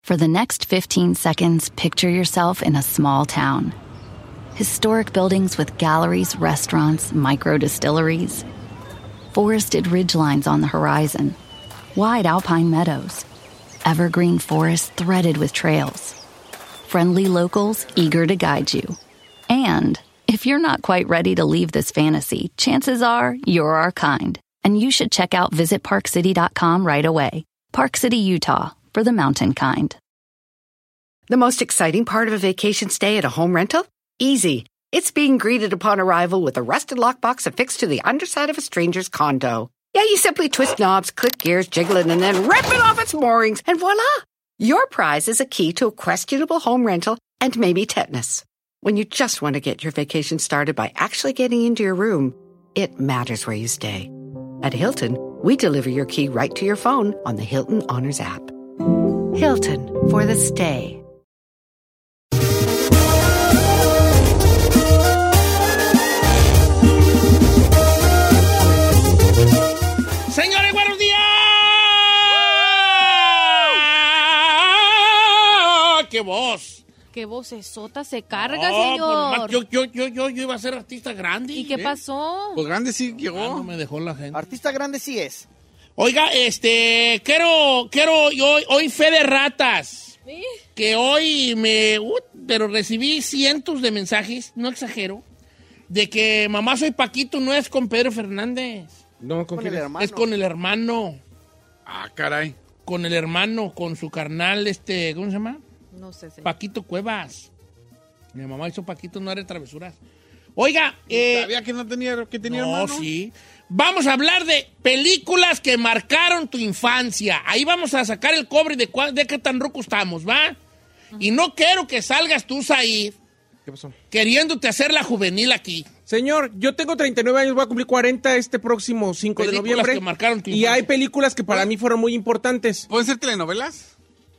For the next 15 seconds, picture yourself in a small town. Historic buildings with galleries, restaurants, micro-distilleries. Forested ridgelines on the horizon. Wide alpine meadows. Evergreen forests threaded with trails. Friendly locals eager to guide you. And if you're not quite ready to leave this fantasy, chances are you're our kind. And you should check out visitparkcity.com right away. Park City, Utah, for the mountain kind. The most exciting part of a vacation stay at a home rental? Easy. It's being greeted upon arrival with a rusted lockbox affixed to the underside of a stranger's condo. Yeah, you simply twist knobs, click gears, jiggle it, and then rip it off its moorings, and voila! Your prize is a key to a questionable home rental and maybe tetanus. When you just want to get your vacation started by actually getting into your room, it matters where you stay. At Hilton, we deliver your key right to your phone on the Hilton Honors app. Hilton, for the stay. Señores, buenos días. ¡Qué voz! ¡Qué vocesota se carga, señor! Pues, yo iba a ser artista grande. ¿Y qué pasó? Pues grande sí llegó. No me dejó la gente. Artista grande sí es. Oiga, quiero hoy fe de ratas. ¿Sí? Que hoy pero recibí cientos de mensajes, no exagero, de que Mamá Soy Paquito no es con Pedro Fernández. No, Con el hermano. Es con el hermano. Ah, caray. Con el hermano, con su carnal, ¿cómo se llama? No sé. Paquito Cuevas. Mi mamá hizo Paquito, no haré travesuras. Oiga, ¿Sabía que no tenía, hermano? Sí. Vamos a hablar de películas que marcaron tu infancia. Ahí vamos a sacar el cobre de qué tan ruco estamos, ¿va? Y no quiero que salgas tú, Said, ¿Qué pasó? queriéndote hacer la juvenil aquí. Señor, yo tengo 39 años, voy a cumplir 40 este próximo 5 de Películas noviembre. que marcaron tu y infancia. hay películas que para mí fueron muy importantes. ¿Pueden ser telenovelas?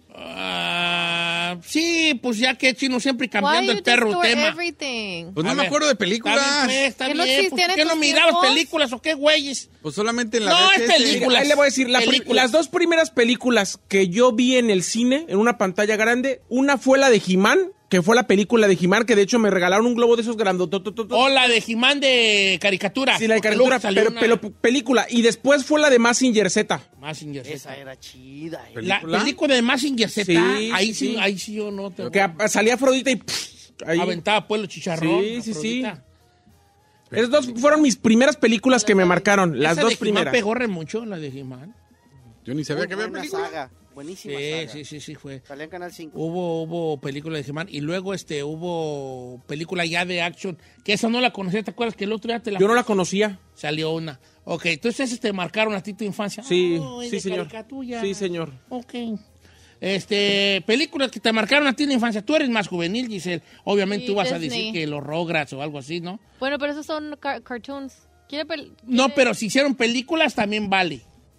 Sí, pues ya que chino siempre cambiando Why el perro you distort tema. everything? Pues A no me ver, acuerdo de películas. Está ¿Que bien, no existían pues, ¿por qué en no tus mirabas tiempos? películas o qué güeyes? Pues solamente en la No, es VHS. película. Mira, ahí le voy a decir, Películas. las dos primeras películas que yo vi en el cine, en una pantalla grande, una fue la de He-Man, que fue la película de He-Man, que de hecho me regalaron un globo de esos grandototototos. O la de He-Man de caricatura. Sí, la de Porque caricatura, luego salió pero una- película. Y después fue la de Mazinger Z. Mazinger Z. Esa era chida. La película de Mazinger Z, Sí, ahí sí. sí yo no te... Que salía Afrodita y... ahí. Aventaba Pueblo Chicharrón. Sí. Afrodita. Esas dos fueron mis primeras películas que me marcaron, las Esa dos de He-Man primeras. pegó re mucho, la de He-Man. Yo ni sabía Muy que había buena película. saga. Buenísima saga. Sí, fue. Salía en Canal 5. Hubo película de He-Man y luego hubo película ya de action, que esa no la conocía, ¿te acuerdas que el otro día te la... Yo no la conocía. Salió una. Ok, entonces esas te marcaron a ti tu infancia. Sí, Ay, sí, de señor. caricatura. Sí, señor. Ok. Películas que te marcaron a ti la infancia. Tú eres más juvenil, Giselle. Obviamente Sí, tú vas a Disney. decir que los Rugrats o algo así, ¿no? Bueno, pero esos son cartoons. No, pero si hicieron películas también vale.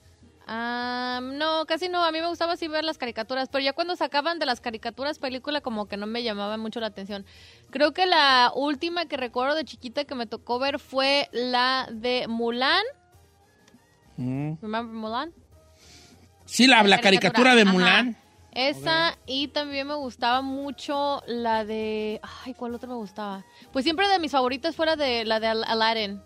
No, casi no. A mí me gustaba así ver las caricaturas, pero ya cuando sacaban de las caricaturas película como que no me llamaba mucho la atención. Creo que la última que recuerdo de chiquita que me tocó ver fue la de Mulan. ¿Remember Mulan? Sí, la caricatura de Ajá. Mulan. Esa, y también me gustaba mucho la de... Ay, ¿cuál otra me gustaba? Pues siempre de mis favoritas fuera de la de Aladdin.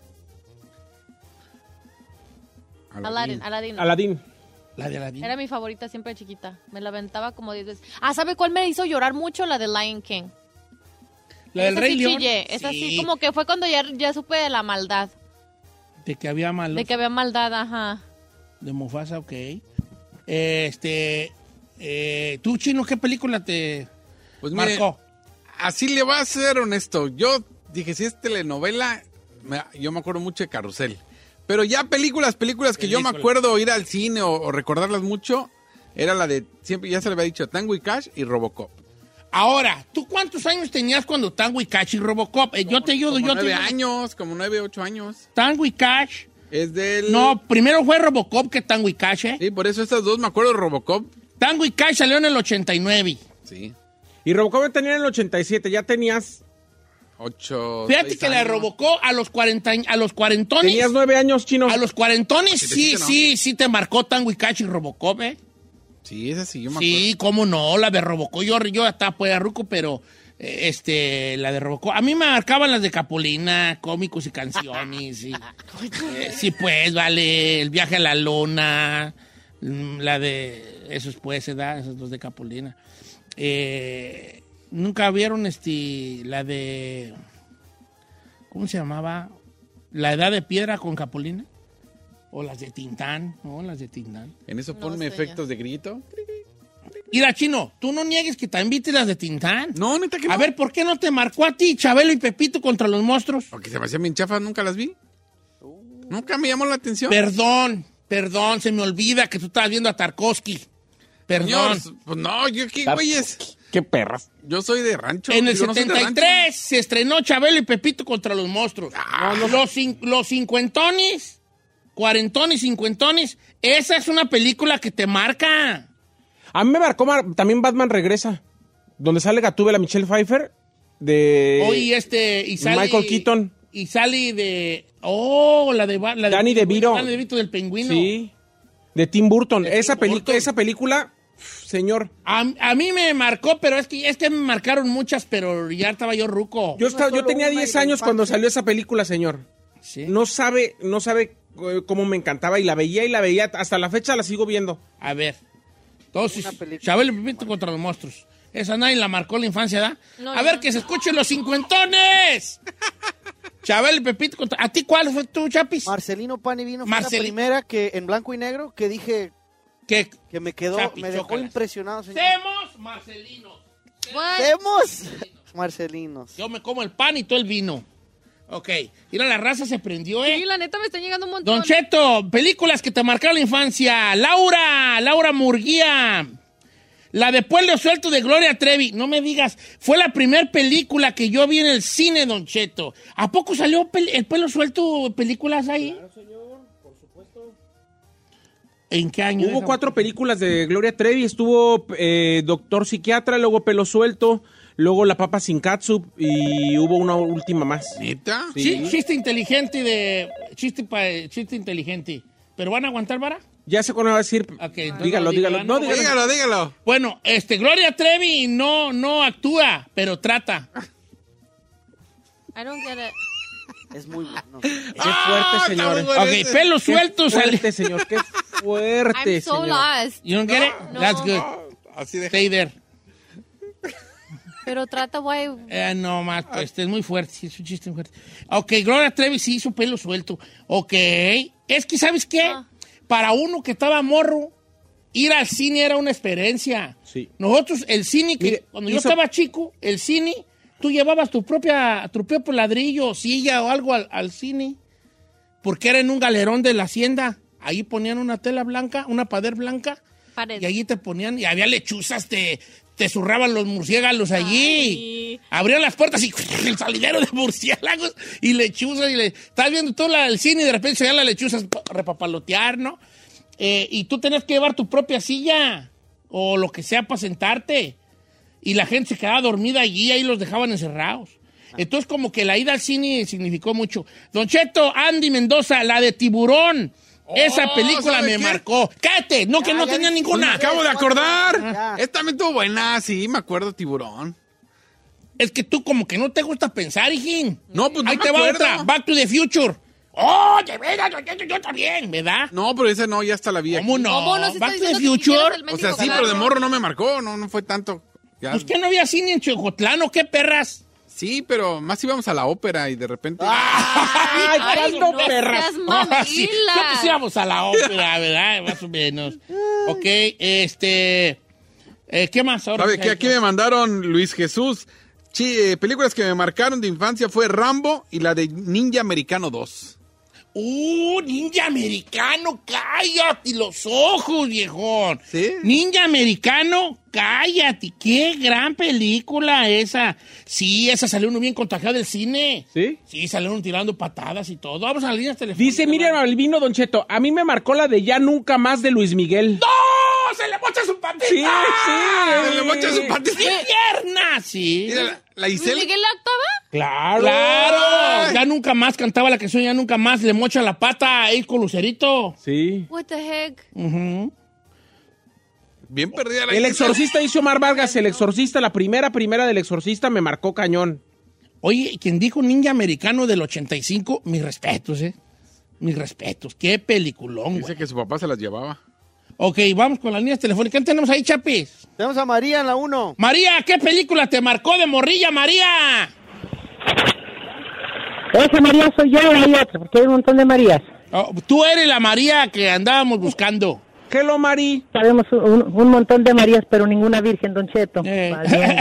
Aladdin. Aladín. La de Aladdin. Era mi favorita siempre de chiquita. Me la aventaba como 10 veces. ¿Sabe cuál me hizo llorar mucho? La de Lion King. La del Esa Rey sí León. chillé. Esa sí, como que fue cuando ya supe de la maldad. De que había malos. De que había maldad, ajá. De Mufasa, ok. Tú, Chino, ¿qué película te Pues mire, marcó? así le voy a ser honesto. Yo dije, si es telenovela, yo me acuerdo mucho de Carrusel. Pero ya películas que yo me acuerdo ir al cine o recordarlas mucho, era la de, siempre ya se le había dicho, Tango y Cash y Robocop. Ahora, ¿tú cuántos años tenías cuando Tango y Cash y Robocop? Yo te ayudo, Como yo te 9 ayudo. años, como 9, 8 años. Tango y Cash. Es del... No, primero fue Robocop que Tango y Cash, ¿eh? Sí, por eso estas dos me acuerdo de Robocop. Tango y Cash salió en el 89. Sí. Y Robocop tenía en el 87, ya tenías... 8. Fíjate que la Robocop a los 40, Tenías 9 años, Chino. A los cuarentones, Sí, sí te marcó Tango y Cash y Robocop, ¿eh? Sí, esa sí, yo me Sí, cómo no, la de Robocop. Yo hasta pues ruco, pero la de Robocop. A mí me marcaban las de Capulina, cómicos y canciones. Sí, pues, vale, el viaje a la luna, la de esos pues, esos dos de Capulina. Nunca vieron la de, ¿cómo se llamaba? La edad de piedra con Capulina. O las de Tintán, ¿no? Las de Tintán. En eso No ponme sé efectos de grito. Mira, Chino, tú no niegues que también viste las de Tintán. No, neta que no. A ver, ¿por qué no te marcó a ti, Chabelo y Pepito contra los monstruos? Porque se me hacían bien chafas, nunca las vi. Nunca me llamó la atención. Perdón, se me olvida que tú estabas viendo a Tarkovsky. Perdón. Señor, pues no, yo qué güeyes. Qué perras. Yo soy de rancho. En el Digo, no soy de 73 rancho. se estrenó Chabelo y Pepito contra los monstruos. Los cincuentones, cuarentones, cincuentones, esa es una película que te marca. A mí me marcó también Batman Regresa, donde sale Gatúbela, Michelle Pfeiffer, de Y sale Michael Keaton. Y sale de... Oh, la de Danny DeVito. Danny DeVito del Pingüino. Sí, de Tim Burton. De Esa Tim Burton. película, señor. A mí me marcó, pero es que me marcaron muchas, pero ya estaba yo ruco. Yo tenía 10 años cuando salió esa película, señor. Sí. No sabe cómo me encantaba y la veía, hasta la fecha la sigo viendo. A ver. Entonces, Una película. Chabelo y Pepito contra los monstruos. Esa nadie la marcó en la infancia, ¿da? No, a yo ver, no. que se escuchen los cincuentones. Chabelo y Pepito contra... ¿A ti cuál fue tu, Chapis? Marcelino Pan y Vino fue Marcel- la primera que en blanco y negro que dije ¿Qué? que me quedó, Chapi, me dejó chócalas. impresionado, señor. Semos Marcelinos. What? ¡Hemos! Marcelinos. Yo me como el pan y todo el vino. Ok. Mira, la raza se prendió, ¿eh? Sí, la neta me están llegando un montón. Don Cheto, películas que te marcaron la infancia. Laura Murguía. La de Pueblo Suelto de Gloria Trevi. No me digas, fue la primera película que yo vi en el cine, Don Cheto. ¿A poco salió el Pueblo Suelto películas ahí? Claro, señor, por supuesto. ¿En qué año? Hubo 4 películas de Gloria Trevi. Estuvo Doctor Psiquiatra, luego Pelo Suelto, luego La Papa Sin Catsup y hubo una última más. ¿Neta? Sí, chiste inteligente de... Chiste inteligente. ¿Pero van a aguantar, vara? Ya sé cuándo va a decir. Ok, entonces dígalo. no, No, dígalo. Dígalo. Bueno, Gloria Trevi no actúa, pero trata. I don't get it. Es muy bueno. Qué fuerte, señores. está muy Ok, Pelo Suelto Qué sale. fuerte, señor. Qué fuerte, I'm so señor. lost. You don't get it? No. That's good. Así de... Stay there. Pero trata, guay. No, más, pues, es muy fuerte, sí, es un chiste muy fuerte. Ok, Gloria Trevi sí hizo Pelo Suelto. Ok, es que, ¿sabes qué? Ah. Para uno que estaba morro, ir al cine era una experiencia. Sí. Nosotros, el cine, Mire, cuando yo hizo- estaba chico, el cine, tú llevabas tu propio ladrillo, silla o algo al cine, porque era en un galerón de la hacienda. Ahí ponían una tela blanca, una pared blanca, Pared. y allí te ponían, y había lechuzas, te zurraban los murciélagos allí. Ay. Abrían las puertas y el salidero de murciélagos y lechuzas. Estás viendo todo el cine y de repente se veían las lechuzas repapalotear, ¿no? Y tú tenías que llevar tu propia silla o lo que sea para sentarte. Y la gente se quedaba dormida allí, ahí los dejaban encerrados. Entonces, como que la ida al cine significó mucho. Don Cheto, Andy Mendoza, la de Tiburón. Esa película ¿sabe me qué? marcó. ¡Cállate! No, que no ya tenía dije. ninguna. Me acabo de acordar. Ya. Esta también estuvo buena, sí, me acuerdo, Tiburón. Es que tú como que no te gusta pensar, hijín. No, pues no Ahí me te va acuerdo. otra. Back to the Future. ¡Oh, de veras! Yo también, ¿verdad? No, pero esa no, ya hasta la vi aquí. ¿Cómo no? ¿Cómo no se está Back to the diciendo que Future. quisieras el O sea, sí, mendigo pero de carro? morro no me marcó, no fue tanto. Ya. Pues que no había cine en Chicotlán, ¿o qué perras? Sí, pero más íbamos a la ópera y de repente... ¡Ay, cuánto no perras! seas Ah, sí. mamila. No, pues íbamos a la ópera, ¿verdad? Más o menos. Ok, ¿qué más ahora? ¿Sabe qué? Aquí me mandaron Luis Jesús. Películas que me marcaron de infancia fue Rambo y la de Ninja Americano 2. Ninja Americano, cállate los ojos, viejón. ¿Sí? Ninja Americano, cállate. Qué gran película esa. Sí, esa salió uno bien contagiado del cine. ¿Sí? Sí, salió uno tirando patadas y todo. Vamos a las líneas telefónicas. Dice Miriam Albino, Don Cheto, a mí me marcó la de Ya Nunca Más de Luis Miguel. ¡No! ¡Se le mocha su patita! Sí, sí. Se le mocha su patita. ¡Qué pierna! Sí. Mira, la ¿Luis Isela. Miguel actuaba? Claro. ¡Claro! Ya nunca más cantaba la canción, ya nunca más le mocha la pata ahí con Lucerito. Sí. What the heck? Ujú. Bien perdida la El gente. Exorcista dice Omar Vargas, El Exorcista, la primera del Exorcista me marcó cañón. Oye, quien dijo Ninja Americano del 85, mis respetos, mis respetos. Qué peliculón, Dice güey. que su papá se las llevaba. Ok, vamos con las líneas telefónicas. ¿Qué tenemos ahí, Chapis? Tenemos a María en la 1. María, ¿qué película te marcó de morrilla, María? Esa María soy yo, hay otra, porque hay un montón de Marías. Oh, tú eres la María que andábamos buscando. Hello, Mari. Sabemos un montón de Marías, pero ninguna Virgen, Don Cheto. Valiendo,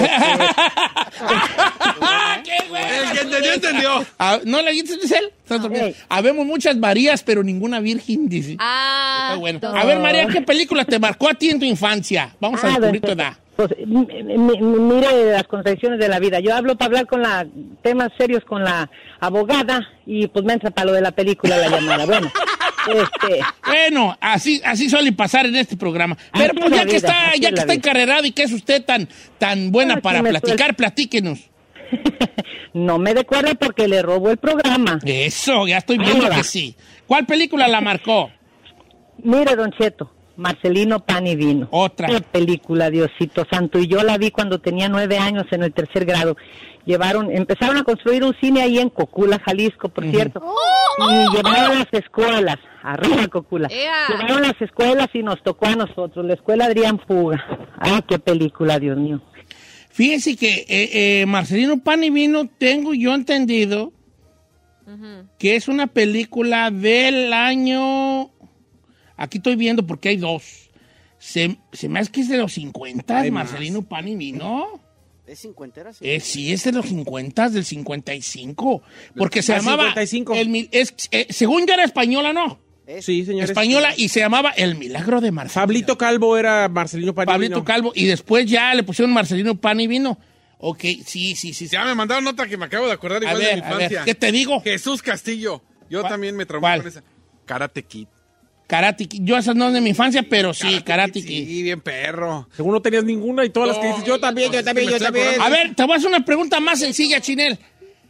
¡Qué güey! El que entendió, entendió. ¿No le dices él? Habemos muchas Marías, pero ninguna virgen, dice. Ah, Está bueno. entonces- A ver, María, ¿qué película te marcó a ti en tu infancia? Vamos a Don descubrir tu Cheto, edad. pues, mire las contradicciones de la vida. Yo hablo para hablar con temas serios con la abogada y pues me entra para lo de la película la llamada. Bueno, Bueno, así suele pasar en este programa. Pero Así pues es ya la que vida, está, así ya es que la está vida. encarrerado y que es usted tan buena Aquí para me platicar, platíquenos. no me decuerde porque le robo el programa. Eso, ya estoy viendo Ahora. que sí. ¿Cuál película la marcó? Mire, Don Cheto, Marcelino Pan y Vino. Otra. Qué película, Diosito Santo. Y yo la vi cuando tenía 9 años en el 3er grado. Empezaron a construir un cine ahí en Cocula, Jalisco, por cierto. Y llevaron las escuelas, arriba Cocula. ¡Ea! Llevaron las escuelas y nos tocó a nosotros, la escuela Adrián Puga. Ay, qué película, Dios mío. Fíjense que Marcelino Pan y Vino, tengo yo entendido que es una película del año... Aquí estoy viendo porque hay dos. Se me hace que es de los 50, Hay Marcelino Pan y Vino. ¿Es cincuentera? Sí. Sí, es de los 50, del 55. Porque se Ah, llamaba... 55. Según yo era española, ¿no? Sí, señores. Española y se llamaba El Milagro de Marcelino. Pablito Calvo era Marcelino Pan y Pablito Vino. Calvo. Y después ya le pusieron Marcelino Pan y Vino. Ok, sí. Ya me mandaron nota que me acabo de acordar A igual de ver, mi infancia. ¿qué te digo? Jesús Castillo. Yo también me traumé ¿Cuál? con esa. Karate Kid. Karate Kid. Yo esas no es de mi infancia, pero sí, Karate Kid. Sí, bien perro. Según no tenías ninguna y todas las que dices, yo también. A ver, te voy a hacer una pregunta más sencilla, Chinel.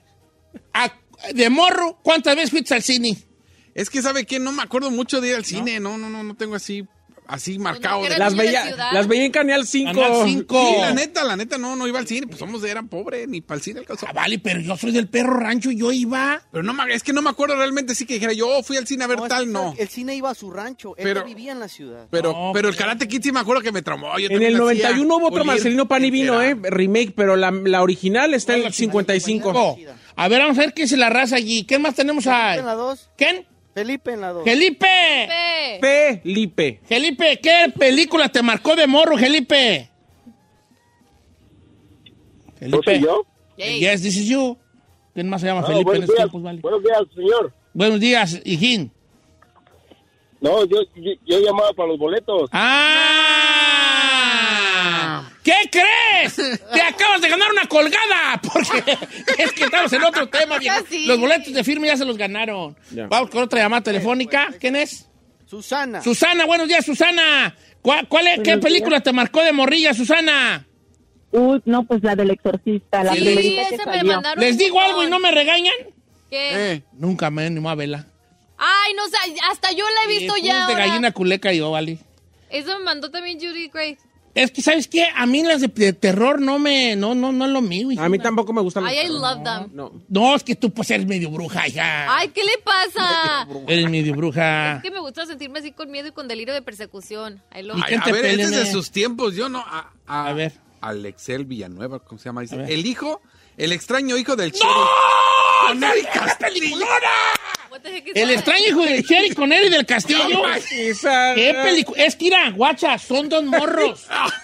De morro, ¿cuántas veces fuiste al cine? Es que, ¿sabe qué? No me acuerdo mucho de ir al cine. No tengo así marcado. no de- quieres- Las veía en Canal 5. Canal 5. Sí, la neta, no iba al cine. Pues eran pobres, ni para el cine alcanzó. Vale, pero yo soy del Perro Rancho y yo iba. Pero es que no me acuerdo realmente sí que dijera, yo fui al cine a ver es tal, que no. El cine iba a su rancho, él Pero- no vivía en la ciudad. Pero No, el Karate Kid sí me acuerdo que me traumó. Yo En también el la hacía 91 hubo otro oír Marcelino Pan y Vino, entera. remake, pero la original está en el 55. A ver, vamos a ver qué es la raza allí. ¿Qué más tenemos ahí? Felipe en la 2. ¿Quién? Felipe en la 2. ¡Felipe! Felipe. Felipe, ¿qué película te marcó de morro, Felipe? Felipe. yo? Yes, this is you. ¿Quién más se llama Felipe en buenos estos días, tiempos, vale? buenos días, señor. Buenos días, hijín. No, yo llamaba para los boletos. ¡Ah! ¿Qué crees? ¡Te acabas de ganar una colgada! Porque es que estamos en otro tema, viejo. Casi. Los boletos de firme ya se los ganaron. Ya. Vamos con otra llamada telefónica. ¿Quién es? Susana. Susana, buenos días, Susana. ¿Qué película te marcó de morrilla, Susana? No, pues la del Exorcista, la Sí, primerita que ese me salió. mandaron. ¿Les un digo montón. algo y no me regañan? ¿Qué? Nunca me animó a verla. Ay, no sé, hasta yo la he visto Sí, ya de ahora. gallina culeca yo, vale. Eso me mandó también Judy Grace. Es que, ¿sabes qué? A mí las de terror no es lo mío, hija. A mí tampoco me gustan. Ay, I love them. No. No, es que tú pues eres medio bruja, hija. Ay, ¿qué le pasa? Eres medio bruja. Es que me gusta sentirme así con miedo y con delirio de persecución. I love ¿Y it. quién A te ver, este es pelea? de sus tiempos. Yo no. A ver. Alexel Villanueva, ¿cómo se llama? Dice, A ver. el extraño hijo del Chero. Con ¡No! Eric ¡Qué Castillo. peliculona! What the heck is El that? extraño hijo del Cherry con Eri del Castillo. ¿Qué película? Es que, mira, guacha, son dos morros.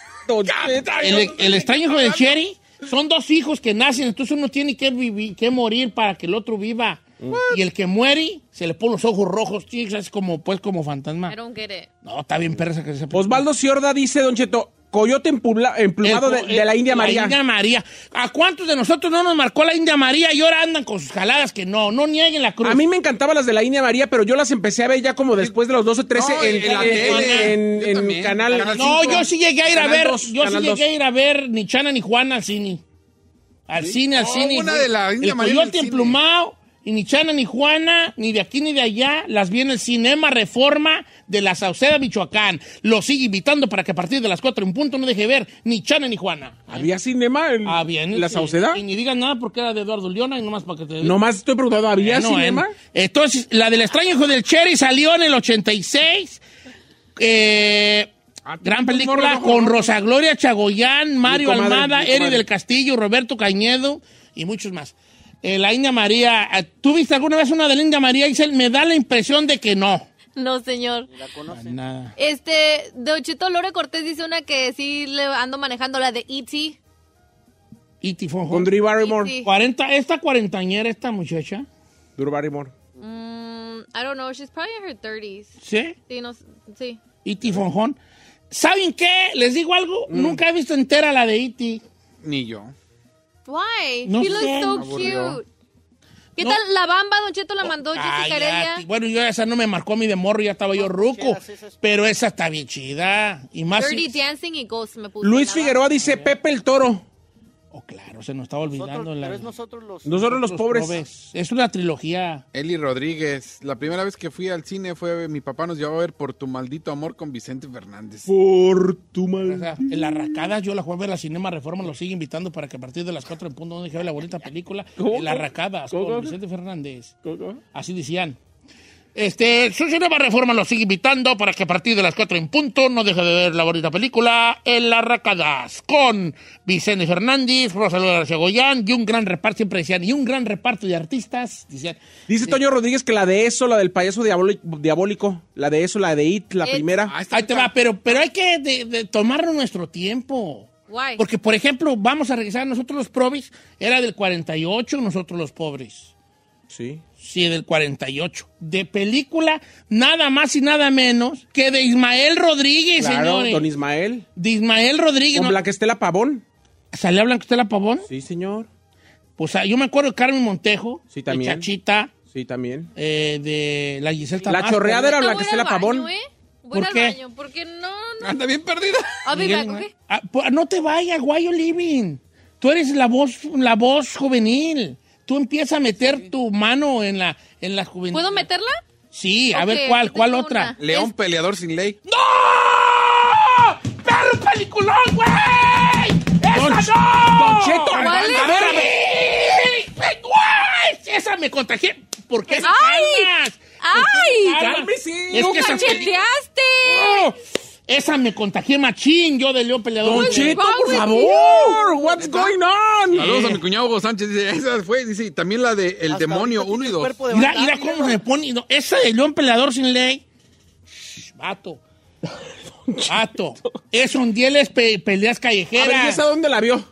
El extraño hijo del Cherry son dos hijos que nacen, entonces uno tiene que vivir, que morir para que el otro viva. Y el que muere, se le ponen los ojos rojos, chicos, es como fantasma. I don't get it. No, está bien persa que se Osvaldo Ciorda dice, Don Cheto, coyote emplumado de la India María. La India María. ¿A cuántos de nosotros no nos marcó la India María y ahora andan con sus jaladas que no nieguen la cruz? A mí me encantaban las de la India María, pero yo las empecé a ver ya como después de los 12 o 13 No, en en la tele. Yo en también. canal. Canal No, 5. yo sí llegué a ir a Canal ver, 2, yo sí Canal 2. llegué a ir a ver ni Chana ni Juana al cine. Al cine. una de la India El María en el coyote cine. emplumado Y ni Chana ni Juana, ni de aquí ni de allá, las vi en el Cinema Reforma de la Sauceda, Michoacán. Los sigue invitando para que a partir de las 4 en punto no deje ver ni Chana ni Juana. ¿Había cinema en la Sauceda? Y ni digan nada porque era de Eduardo Leona y nomás para que te... Nomás estoy preguntando, ¿había cinema? Entonces, la del extraño hijo del Cherry salió en el 86. Gran película con Rosa Gloria Chagoyán, Mario Almada, Eri del Castillo, Roberto Cañedo y muchos más. La India María, ¿tú viste alguna vez una de la India María, Isel? Me da la impresión de que no. No, señor. ¿La conocen? Nada. Don Cheto, Lore Cortés dice una que sí le ando manejando, la de E.T. E.T. Con Drew Barrymore. E.T. 40, esta cuarentañera, esta muchacha. Drew Barrymore. I don't know, she's probably in her 30s. ¿Sí? Sí, no, sí. E.T. Fonjón. ¿Saben qué? ¿Les digo algo? Nunca he visto entera la de E.T. Ni yo. Why? No He sé, looks so me aburrió. cute. ¿Qué No. tal la Bamba, Don Cheto, la mandó Jessica Heredia? Cállate. Bueno, yo esa no me marcó a mí de morro, ya estaba yo ruco. Pero esa está bien chida. Y más Dirty si- Dancing y Ghost me puso. Luis nada. Figueroa dice Pepe el Toro. Oh, claro, se nos estaba olvidando. Pero es nosotros los... Nosotros los pobres. Es una trilogía. Eli Rodríguez. La primera vez que fui al cine fue mi papá nos llevó a ver Por tu maldito amor con Vicente Fernández. Por tu O mal. sea, en la Racada, yo la juego a ver la Cinema Reforma, lo sigue invitando para que a partir de las 4 en punto no deje ver la bonita película. ¿Cómo? En la Racada, ¿Cómo? con Vicente Fernández. ¿Cómo? Así decían. Su Cinema Reforma lo sigue invitando para que a partir de las 4 en punto no deje de ver la bonita película En las Racadas con Vicente Fernández, Rosalía García Goyán y un gran reparto, siempre decían, y un gran reparto de artistas. Decían, Dice Toño Rodríguez que la de eso, la del payaso diabólico, la de eso, la de It, la It. primera. ahí te va, pero hay que de tomarnos nuestro tiempo. Why? Porque, por ejemplo, vamos a regresar, nosotros los probis, era del 48, nosotros los pobres. Sí. Sí, del 48. De película, nada más y nada menos que de Ismael Rodríguez, Claro, señores. don Ismael. De Ismael Rodríguez. Con ¿no? Blanquestela Pavón. ¿Salía Blanquestela Pavón? Sí, señor. Pues yo me acuerdo de Carmen Montejo. Sí, también. De Chachita. Sí, también. De la Giselle La Tamasco. chorreada era No, voy Blanquestela al baño, Pavón. Voy ¿Por al qué? baño, porque no. Anda bien perdida. I'll be Miguel, back, ¿ok? pues, no te vayas, why you leaving? Tú eres la voz juvenil. Tú empiezas a meter tu mano en la juvenil. ¿Puedo meterla? Sí, a Ok, ver, ¿cuál tengo otra? una. León peleador sin ley. ¡No! ¡Perro peliculón, güey! ¡Esa no! Don Cheto, ¿Cuál es? A ver. ¡Güey! Esa me contagié. ¿Por qué se ¡Ay! calmas? ¡Ay! Cálmese. Es ¡Tú que esa cacheteaste! ¡Oh! Esa me contagié machín, yo de León Peleador. Don Sin Ley. Cheto, wrong por with favor. What's going on? Saludos a mi cuñado Hugo Sánchez. Dice, esa fue, dice, y también la de El Hasta Demonio ahorita 1 y tiene 2. cuerpo de Mira, Van mira Damme, cómo se pone. No, esa de León Peleador Sin Ley. Shh, vato. Vato. Es un dieles peleas A callejeras. ver, ¿y esa dónde la vio?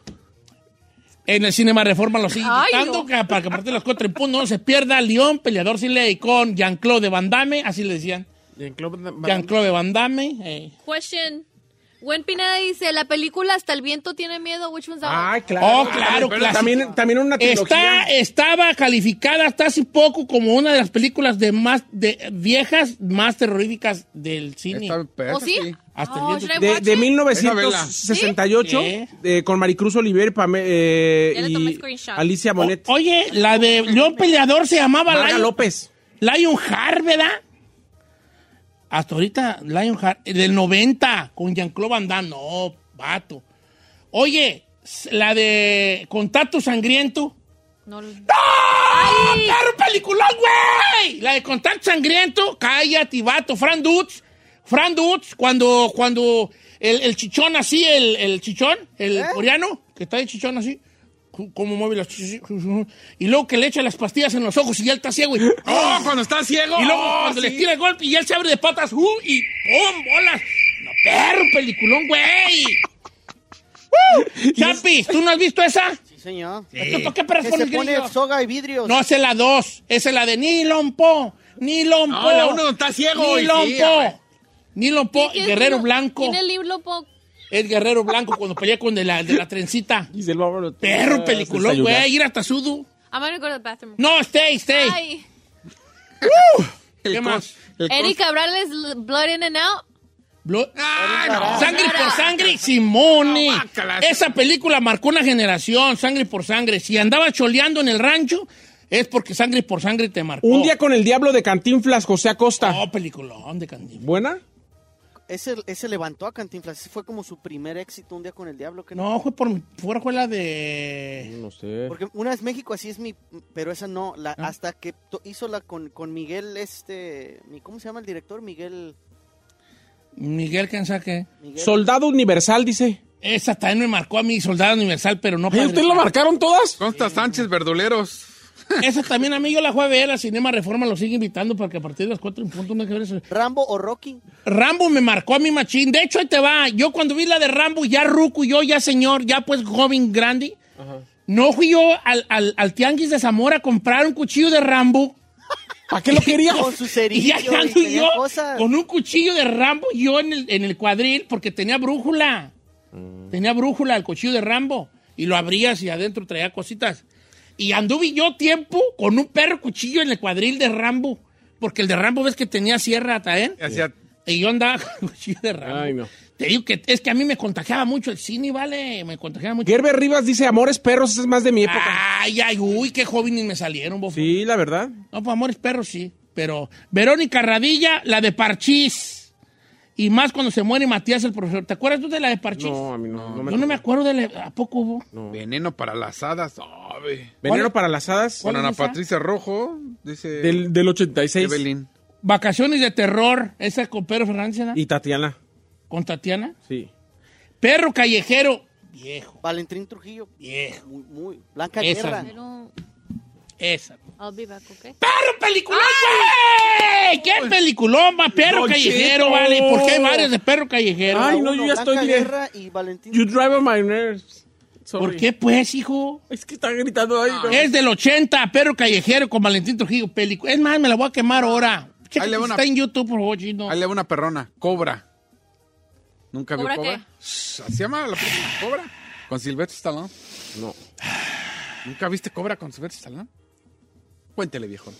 En el Cinema Reforma lo sigue Ay, invitando no. para que a partir de las 4 en punto no se pierda León Peleador Sin Ley con Jean-Claude Van Damme, así le decían. Jean-Claude Van Damme. Question. Gwen Pineda dice, la película Hasta el viento tiene miedo. Which one's that? Ay, claro. Oh, claro, Pero clásico. también una trilogía. Estaba calificada hasta hace poco como una de las películas viejas más terroríficas del cine. ¿Oh, sí? Hasta el Oh, viento. should I watch De it? 1968, ¿Sí? con Maricruz Oliver Ya le tomé y screenshot. Alicia Bonet. Oye, la de León Peleador se llamaba Marga López. Lionheart, ¿verdad? Hasta ahorita, Lionheart, del 90, con Jean-Claude Van Damme. No, vato. Oye, la de Contacto Sangriento. No. ¡No! ¡Claro, peliculón, güey! La de Contacto Sangriento, cállate, vato. Fran Dutz, cuando el chichón así, el chichón, el coreano, que está de chichón así, cómo mueve las chichis, y luego que le echa las pastillas en los ojos y ya está ciego. ¡Oh, cuando está ciego! Y luego Oh, cuando sí. le tira el golpe y él se abre de patas, y ¡pum! ¡Bolas! ¡No, perro, peliculón, güey! Champis, ¿tú no has visto esa? Sí, señor. ¿Esto por qué perras Que pones se pone grillo? soga y vidrios. No, esa es la 2. Esa es la de Nilompo. No, la 1 está ciego. y sí, Nilompo. Nilompo, ¿Quién es Guerrero Lilo? Blanco. ¿Quién es Lilo Po? Es Guerrero Blanco cuando pelea con de la trencita. Perro, peliculón, güey. Ir hasta Sudu. I'm gonna go to the bathroom. No, stay. Ay. el ¿Qué cos- más? el Eric Cabral es Blood In and Out. ¡Ay, no! Sangre por sangre, Simone. No, guácala. Esa película marcó una generación, Sangre por sangre. Si andaba choleando en el rancho, es porque Sangre por Sangre te marcó. Un día con el diablo de Cantinflas, José Acosta. No, peliculón de Cantinflas. ¿Buena? Ese levantó a Cantinflas. Ese fue como su primer éxito, Un día con el diablo. Que No, fue la de... No sé. Porque una vez México, así es pero esa no. Hasta que hizo la con Miguel, ¿cómo se llama el director? Miguel, ¿quién sabe? Soldado Universal, dice. Esa también me marcó a mí, Soldado Universal, pero no... ¿Y usted lo marcaron todas? Consta Sánchez Verduleros. Esa también a mí yo la fui a ver, a Cinema Reforma lo sigue invitando porque a partir de las 4 en punto no hay que ver eso. ¿Rambo o Rocky? Rambo me marcó a mi machín. De hecho, ahí te va. Yo cuando vi la de Rambo, ya ruco, yo ya señor, ya pues joven, grande, no fui yo al tianguis de Zamora a comprar un cuchillo de Rambo. ¿Para qué lo quería? Con su Y cerillo. ya ando yo cosas. con un cuchillo de Rambo, yo en el cuadril, porque tenía brújula. Tenía brújula el cuchillo de Rambo. Y lo abrías y adentro traía cositas. Y anduve yo tiempo con un perro cuchillo en el cuadril de Rambo. Porque el de Rambo ves que tenía sierra también. Y yo andaba con el cuchillo de Rambo. Ay, no. Te digo que es que a mí me contagiaba mucho el cine, ¿vale? Me contagiaba mucho. Gerber Rivas dice, Amores Perros, esa es más de mi época. Ay, uy, qué jóvenes me salieron, bofo. Sí, la verdad. No, pues Amores Perros sí. Pero Verónica Radilla, la de Parchís. Y más cuando se muere Matías el profesor. ¿Te acuerdas tú de la de Parchís? No, a mí no. Yo no me acuerdo de la... ¿A poco hubo? No. Veneno para las hadas. ¡Ave! Veneno para las hadas. ¿Cuál Con es Ana esa? Patricia Rojo, dice Del 86. Evelyn. Vacaciones de terror. Esa con Pedro Fernández, ¿no? Y Tatiana. Con Tatiana. Sí. Perro callejero. Viejo. Valentín Trujillo. Viejo. Muy. Blanca Esa. Guerra. Pero Esa. I'll be back, ¿ok? ¡Perro peliculón, güey! ¿Qué peliculón, va? Perro Don callejero, Cheto. ¿vale? ¿Por qué hay varios de perro callejero? Ay, no, yo ya Blanca estoy bien. Guerra y Valentín. You drive on my nerves. Sorry. ¿Por qué, pues, hijo? Es que están gritando ahí. ¿no? Es del 80, Perro Callejero con Valentín Trujillo. Es más, me la voy a quemar ahora. Checa Ahí le que va una- está en YouTube, por favor, chino. Ahí le va una perrona. Cobra. ¿Nunca vio ¿Cobra Cobra? qué? ¿Así se llama la película? ¿Cobra? Con Sylvester Stallone. No. ¿Nunca viste Cobra con Sylvester Stallone? Cuéntele, viejo.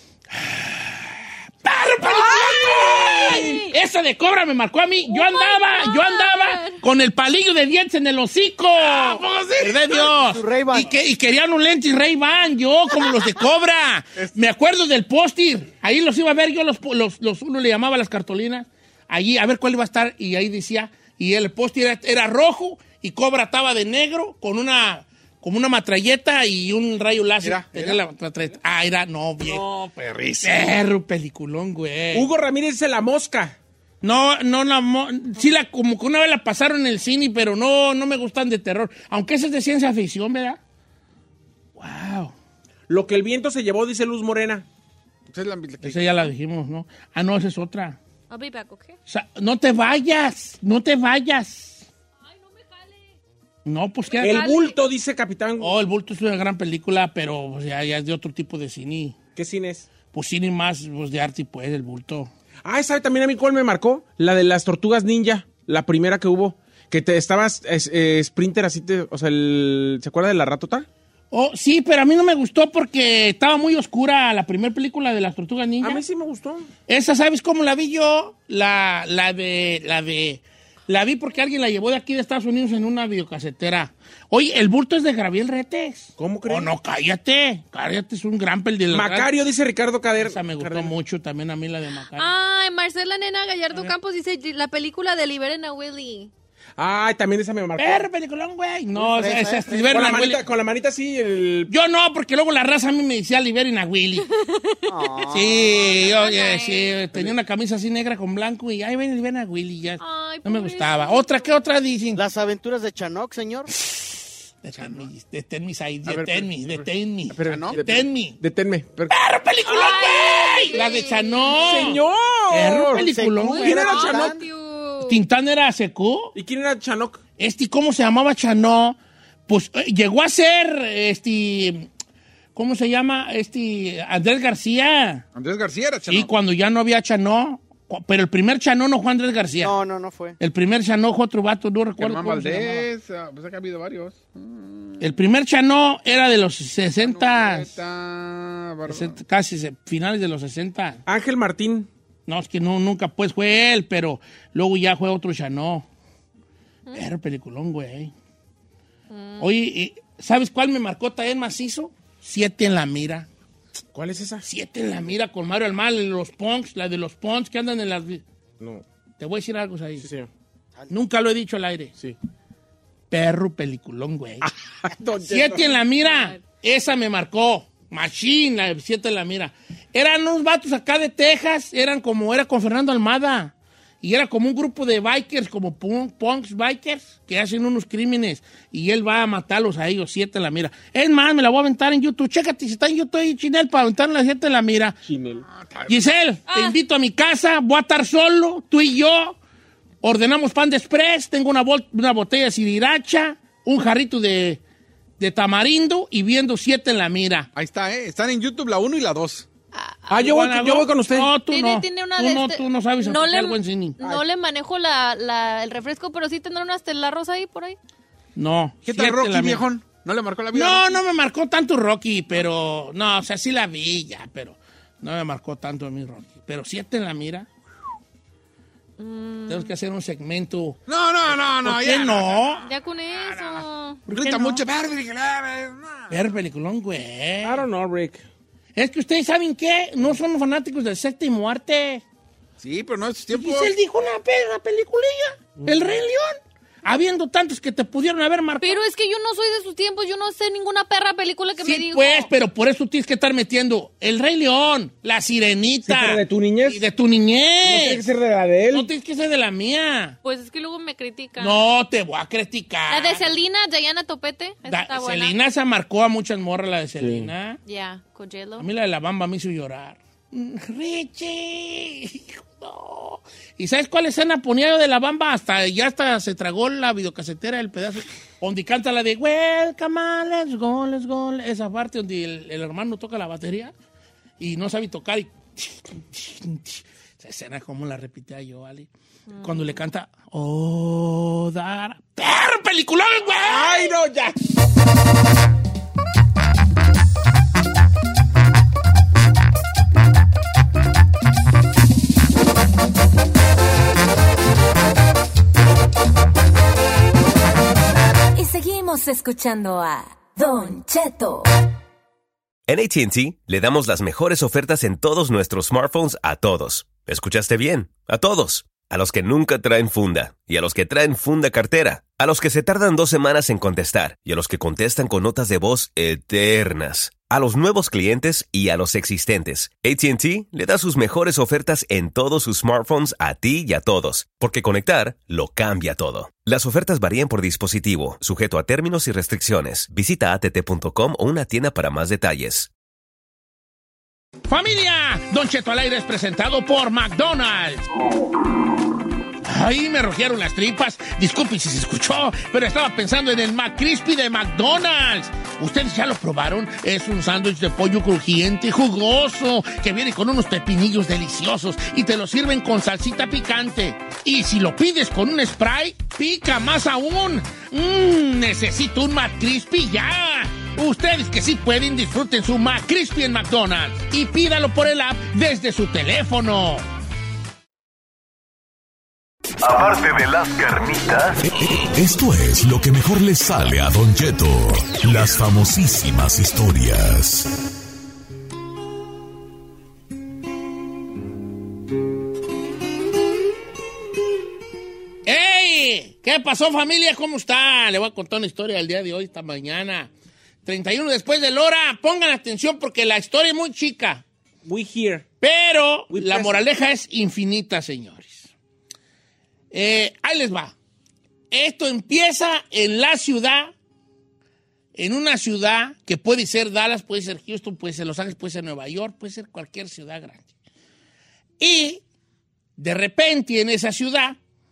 ¡Perro peliculón, güey! Esa de Cobra me marcó a mí. Yo andaba con el palillo de dientes en el hocico. ¡Verdad, Dios! Su Ray-Ban. Y querían un lente Ray-Ban, yo, como los de Cobra. Me acuerdo del póster. Ahí los iba a ver yo, uno le llamaba las cartolinas. Allí, a ver cuál iba a estar. Y ahí decía, y el póster era rojo y Cobra estaba de negro con como una matralleta y un rayo láser. Tenía la matralleta. No, viejo. No, perrísimo. Perro peliculón, güey. Hugo Ramírez dice La Mosca. No, sí, como que una vez la pasaron en el cine, pero no me gustan de terror. Aunque esa es de ciencia ficción, ¿verdad? Wow. Lo que el viento se llevó, dice Luz Morena. Esa ya la dijimos, ¿no? Ah, no, esa es otra. I'll be back, ¿ok? O sea, no te vayas. Ay, no me jale. No, pues quédate. El bulto, dice Capitán. Oh, El bulto es una gran película, pero pues, ya es de otro tipo de cine. ¿Qué cine es? Pues cine más pues, de arte, pues, El bulto. Ah, ¿sabe también a mí cuál me marcó? La de las Tortugas Ninja, la primera que hubo. Que te estabas Sprinter así, o sea, ¿se acuerda de la ratota? Oh, sí, pero a mí no me gustó porque estaba muy oscura la primera película de las Tortugas Ninja. A mí sí me gustó. Esa, ¿sabes cómo la vi yo? La vi porque alguien la llevó de aquí de Estados Unidos en una videocasetera. Oye, El bulto es de Gabriel Retes. ¿Cómo crees? Oh, no, cállate. Cállate, es un gran pel de la Macario, dice Ricardo Cader. Esa me gustó mucho también a mí, la de Macario. Ay, Marcela Nena Gallardo Campos dice la película de Liberen a Willy. Ay, también esa me marcó. Perro, peliculón, güey. No, esa es Con la manita así, Yo no, porque luego la raza a mí me decía liberen a Willy. Sí, sí, tenía una camisa así negra con blanco y ahí ven, liberen a Willy. Ya. Ay, No me pobrecito. gustaba. ¿Qué otra dicen? Las aventuras de Chanok, señor. Deténme ahí, A ver, deténme. Pero, Deténme. Deténme. ¡Perro, peliculón, güey! La de Chanó. ¡Señor! Perro, peliculón, güey. ¿Quién era No, Chanok? tío. ¿Tintán era Secú? ¿Y quién era Chanok? ¿Cómo se llamaba Chanó? Pues llegó a ser, ¿cómo se llama? Andrés García. Andrés García era Chanó. Sí, cuando ya no había Chanó. Pero el primer Chanó no fue Andrés García. No fue. El primer Chanó fue otro vato, no recuerdo Germán cómo se llamaba. Valdés. Pues acá ha habido varios. El primer Chanó era de los 60, Barba. casi finales de los 60. Ángel Martín. No, es que nunca pues fue él, pero luego ya fue otro Chanó. Era peliculón, güey. Oye, ¿sabes cuál me marcó también macizo? 7 en la mira. ¿Cuál es esa? 7 en la mira con Mario Almal, los punks, la de los punks que andan en las... No. Te voy a decir algo ahí. Sí, señor. Nunca lo he dicho al aire. Sí. Perro peliculón, güey. Don 7 Cheto. en la mira. Esa me marcó. Machine, la 7 en la mira. Eran unos vatos acá de Texas. Era con Fernando Almada. Y era como un grupo de bikers, como punks bikers, que hacen unos crímenes. Y él va a matarlos a ellos, 7 en la mira. Es más, me la voy a aventar en YouTube. Chécate si está en YouTube ahí, Chinel, para aventar las 7 en la mira. Chinel. Giselle, te invito a mi casa. Voy a estar solo, tú y yo. Ordenamos pan de express. Tengo una botella de sriracha, un jarrito de tamarindo y viendo 7 en la mira. Ahí está, ¿eh? Están en YouTube la 1 y la 2. Yo voy con usted. No, tú no. Tiene una Tú no sabes no hacer buen cine. No le manejo el refresco, pero sí tendrá una Stella Rosa ahí por ahí. No. ¿Qué tal 7 en la Rocky, mira. viejón? ¿No le marcó la vida? No, no me marcó tanto Rocky, pero... No, o sea, sí la vi ya, pero no me marcó tanto a mí Rocky. Pero 7 en la mira. Tenemos que hacer un segmento. No, ¿Por qué ya no? Ya con eso. ¿Por qué Grita no? mucho. Ver peliculón, güey. I don't know, Rick. Es que ustedes saben qué, no son fanáticos del séptimo arte. Sí, pero no es tiempo. Y él dijo una peliculilla, El Rey León. Habiendo tantos que te pudieron haber marcado. Pero es que yo no soy de sus tiempos, yo no sé ninguna perra película que me Sí, diga. pues, pero por eso tienes que estar metiendo El Rey León, La Sirenita. Sí, pero de tu niñez. Y de tu niñez. No tiene que ser de la de él. No tienes que ser de la mía. Pues es que luego me critican. No, te voy a criticar. La de Selena, Diana Topete, esa está buena. Selena se marcó a muchas morras, la de Selena. Ya, con J-Lo. A mí la de La Bamba me hizo llorar. Richie, no. ¿Y sabes cuál escena ponía yo de La Bamba? Hasta se tragó la videocasetera del pedazo. Donde canta la de Welcome on, let's go. Esa parte donde el hermano toca la batería y no sabe tocar. Y esa escena como la repetía yo, ¿vale? Cuando le canta Oh, Dara. ¡Perro, peliculón, güey! ¡Ay, no, ya! Y seguimos escuchando a Don Cheto. En AT&T le damos las mejores ofertas en todos nuestros smartphones a todos. ¿Escuchaste bien? A todos. A los que nunca traen funda y a los que traen funda cartera. A los que se tardan 2 semanas en contestar y a los que contestan con notas de voz eternas. A los nuevos clientes y a los existentes. AT&T le da sus mejores ofertas en todos sus smartphones a ti y a todos. Porque conectar lo cambia todo. Las ofertas varían por dispositivo, sujeto a términos y restricciones. Visita att.com o una tienda para más detalles. ¡Familia! Don Cheto al aire es presentado por McDonald's. Ay, me rogieron las tripas. Disculpe si se escuchó, pero estaba pensando en el McCrispy de McDonald's. ¿Ustedes ya lo probaron? Es un sándwich de pollo crujiente y jugoso que viene con unos pepinillos deliciosos y te lo sirven con salsita picante. Y si lo pides con un Sprite, pica más aún. Necesito un McCrispy ya. Ustedes que sí pueden, disfruten su McCrispy en McDonald's y pídalo por el app desde su teléfono. Aparte de las carnitas, esto es lo que mejor le sale a Don Cheto. Las famosísimas historias. ¡Ey! ¿Qué pasó, familia? ¿Cómo está? Le voy a contar una historia del día de hoy, esta mañana. 31 después de la hora. Pongan atención porque la historia es muy chica. We here. Pero la moraleja es infinita, señores. Ahí les va. Esto empieza en la ciudad, en una ciudad que puede ser Dallas, puede ser Houston, puede ser Los Ángeles, puede ser Nueva York, puede ser cualquier ciudad grande. Y de repente en esa ciudad,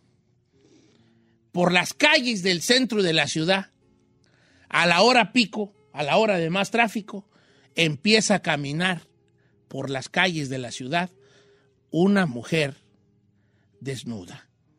por las calles del centro de la ciudad, a la hora pico, a la hora de más tráfico, empieza a caminar por las calles de la ciudad una mujer desnuda.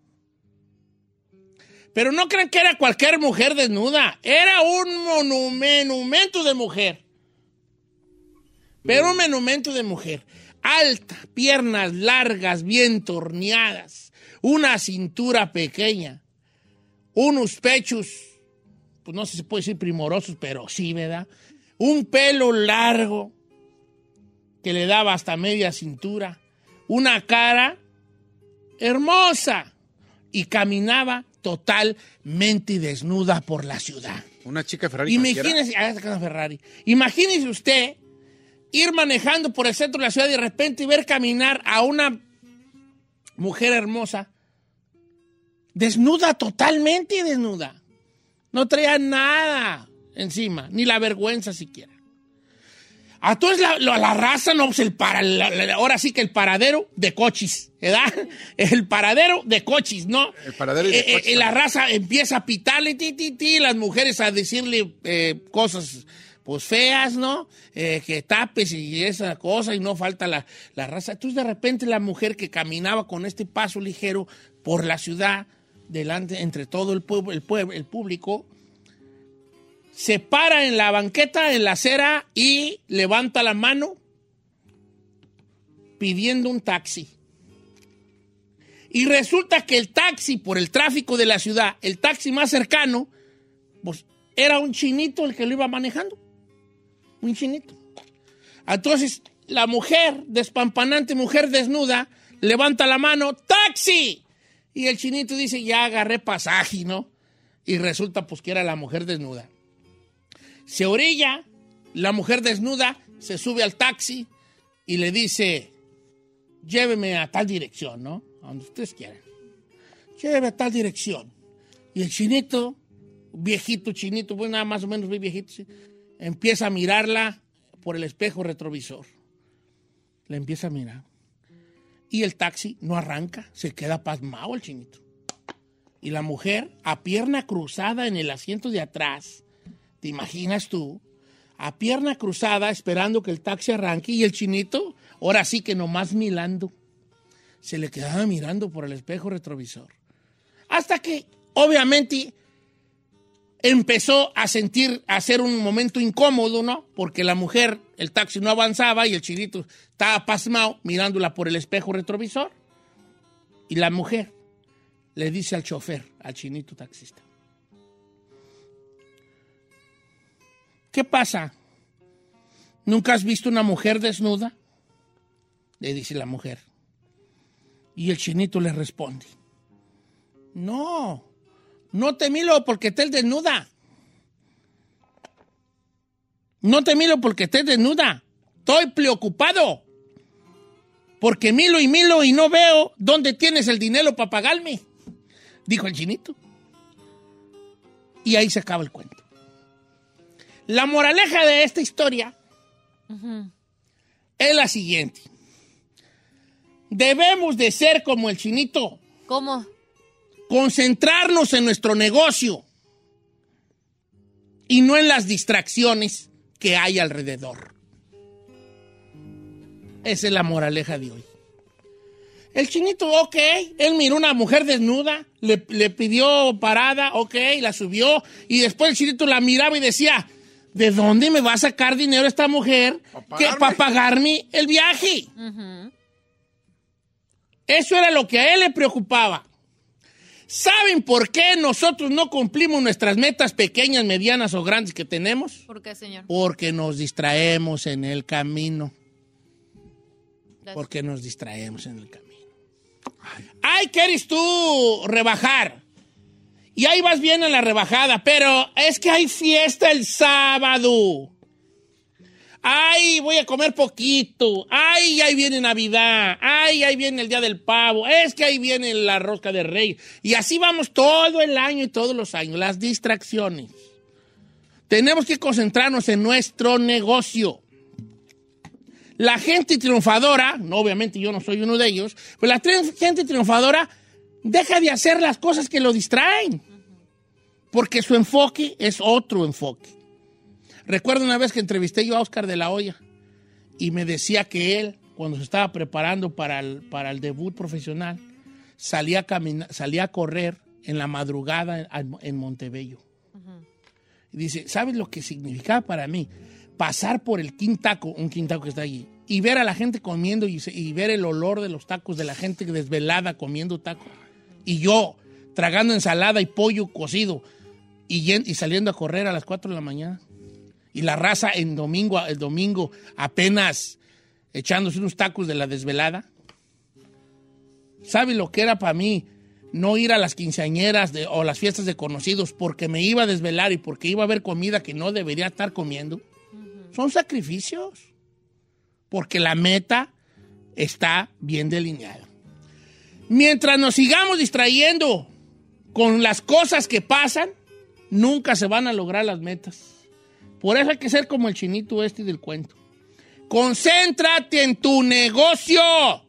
Pero no crean que era cualquier mujer desnuda. Era un monumento de mujer. Pero un monumento de mujer. Alta, piernas largas, bien torneadas, una cintura pequeña, unos pechos, pues no sé si se puede decir primorosos, pero sí, ¿verdad? Un pelo largo, que le daba hasta media cintura, una cara hermosa y caminaba totalmente desnuda por la ciudad. Una chica Ferrari. Imagínese usted ir manejando por el centro de la ciudad y de repente ver caminar a una mujer hermosa, desnuda, totalmente desnuda. No traía nada encima, ni la vergüenza siquiera. Entonces la raza, no, pues ahora sí que el paradero de coches, ¿verdad? El paradero de coches, ¿no? El paradero de coches. La raza empieza a pitarle, las mujeres a decirle cosas, pues, feas, ¿no? Que tapes y esa cosa, y no falta la raza. Entonces, de repente, la mujer que caminaba con este paso ligero por la ciudad, delante, entre todo el público, se para en la banqueta, en la acera, y levanta la mano pidiendo un taxi. Y resulta que el taxi, por el tráfico de la ciudad, el taxi más cercano, pues era un chinito el que lo iba manejando. Un chinito. Entonces, la mujer, despampanante mujer desnuda, levanta la mano, ¡taxi! Y el chinito dice, ya agarré pasaje, ¿no? Y resulta pues que era la mujer desnuda. Se orilla, la mujer desnuda se sube al taxi y le dice, lléveme a tal dirección, ¿no? A donde ustedes quieran. Lléveme a tal dirección. Y el chinito, viejito chinito, pues nada más o menos muy viejito, ¿sí? Empieza a mirarla por el espejo retrovisor. La empieza a mirar. Y el taxi no arranca, se queda pasmado el chinito. Y la mujer, a pierna cruzada en el asiento de atrás, ¿te imaginas tú? A pierna cruzada esperando que el taxi arranque, y el chinito, ahora sí que nomás mirando. Se le quedaba mirando por el espejo retrovisor. Hasta que, obviamente, empezó a ser un momento incómodo, ¿no? Porque la mujer, el taxi no avanzaba y el chinito estaba pasmado mirándola por el espejo retrovisor. Y la mujer le dice al chofer, al chinito taxista, ¿qué pasa? ¿Nunca has visto una mujer desnuda? Le dice la mujer. Y el chinito le responde, no te miro porque estés desnuda. No te miro porque estés desnuda. Estoy preocupado. Porque miro y no veo dónde tienes el dinero para pagarme. Dijo el chinito. Y ahí se acaba el cuento. La moraleja de esta historia es la siguiente. Debemos de ser como el chinito. ¿Cómo? Concentrarnos en nuestro negocio y no en las distracciones que hay alrededor. Esa es la moraleja de hoy. El chinito, ok, él miró una mujer desnuda, le pidió parada, ok, la subió, y después el chinito la miraba y decía, ¿de dónde me va a sacar dinero esta mujer para pagarme el viaje? Eso era lo que a él le preocupaba. ¿Saben por qué nosotros no cumplimos nuestras metas pequeñas, medianas o grandes que tenemos? ¿Por qué, señor? Porque nos distraemos en el camino. Porque nos distraemos en el camino. Ay, ¿quieres tú rebajar? Y ahí vas bien en la rebajada, pero es que hay fiesta el sábado. Ay, voy a comer poquito. Ay, ahí viene Navidad. Ay, ahí viene el Día del Pavo. Es que ahí viene la Rosca de Reyes. Y así vamos todo el año y todos los años. Las distracciones. Tenemos que concentrarnos en nuestro negocio. La gente triunfadora, no, obviamente yo no soy uno de ellos, pero la gente triunfadora deja de hacer las cosas que lo distraen. Porque su enfoque es otro enfoque. Recuerdo una vez que entrevisté yo a Oscar de la Hoya y me decía que él, cuando se estaba preparando para el debut profesional, salía a correr en la madrugada en Montebello. Y dice, ¿sabes lo que significaba para mí? Pasar por un quintaco que está allí, y ver a la gente comiendo y ver el olor de los tacos de la gente desvelada comiendo tacos. Y yo tragando ensalada y pollo cocido y saliendo a correr a las 4 de la mañana. Y la raza el domingo apenas echándose unos tacos de la desvelada. ¿Sabe lo que era para mí no ir a las quinceañeras o las fiestas de conocidos porque me iba a desvelar y porque iba a haber comida que no debería estar comiendo? Son sacrificios. Porque la meta está bien delineada. Mientras nos sigamos distrayendo con las cosas que pasan, nunca se van a lograr las metas. Por eso hay que ser como el chinito del cuento. Concéntrate en tu negocio.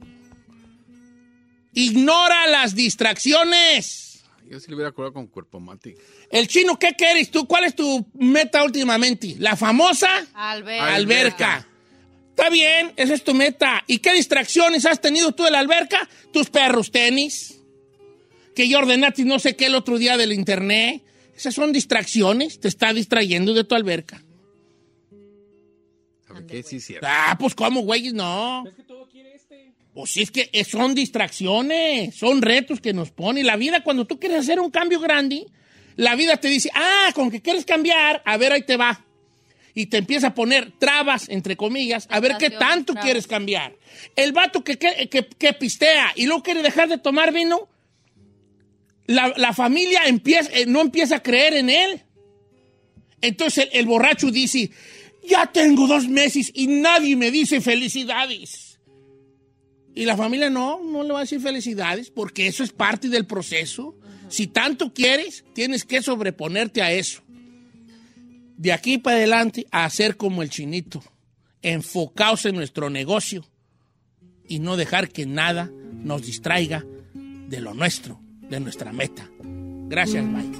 Ignora las distracciones. Yo sí le hubiera curado con Cuerpo Mati. El chino, ¿qué quieres tú? ¿Cuál es tu meta últimamente? La famosa alberca. Está bien, esa es tu meta. ¿Y qué distracciones has tenido tú de la alberca? Tus perros tenis, que yo ordenaste no sé qué el otro día del internet. Esas son distracciones, te está distrayendo de tu alberca. ¿Sabe qué? Sí, cierto. Pues ¿cómo, güey? No. Es que todo quiere Pues sí, es que son distracciones, son retos que nos pone. La vida, cuando tú quieres hacer un cambio grande, la vida te dice, con que quieres cambiar, a ver, ahí te va. Y te empieza a poner trabas, entre comillas, a ver qué tanto quieres cambiar. El vato que pistea y luego quiere dejar de tomar vino, la familia no empieza a creer en él. Entonces el borracho dice, ya tengo 2 meses y nadie me dice felicidades. Y la familia no le va a decir felicidades porque eso es parte del proceso. Si tanto quieres, tienes que sobreponerte a eso. De aquí para adelante, a hacer como el chinito, enfocados en nuestro negocio y no dejar que nada nos distraiga de lo nuestro, de nuestra meta. Gracias, bye.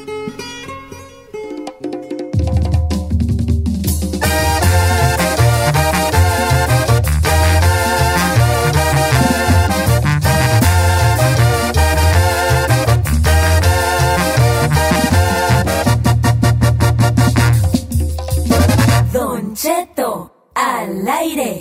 Don Cheto al aire.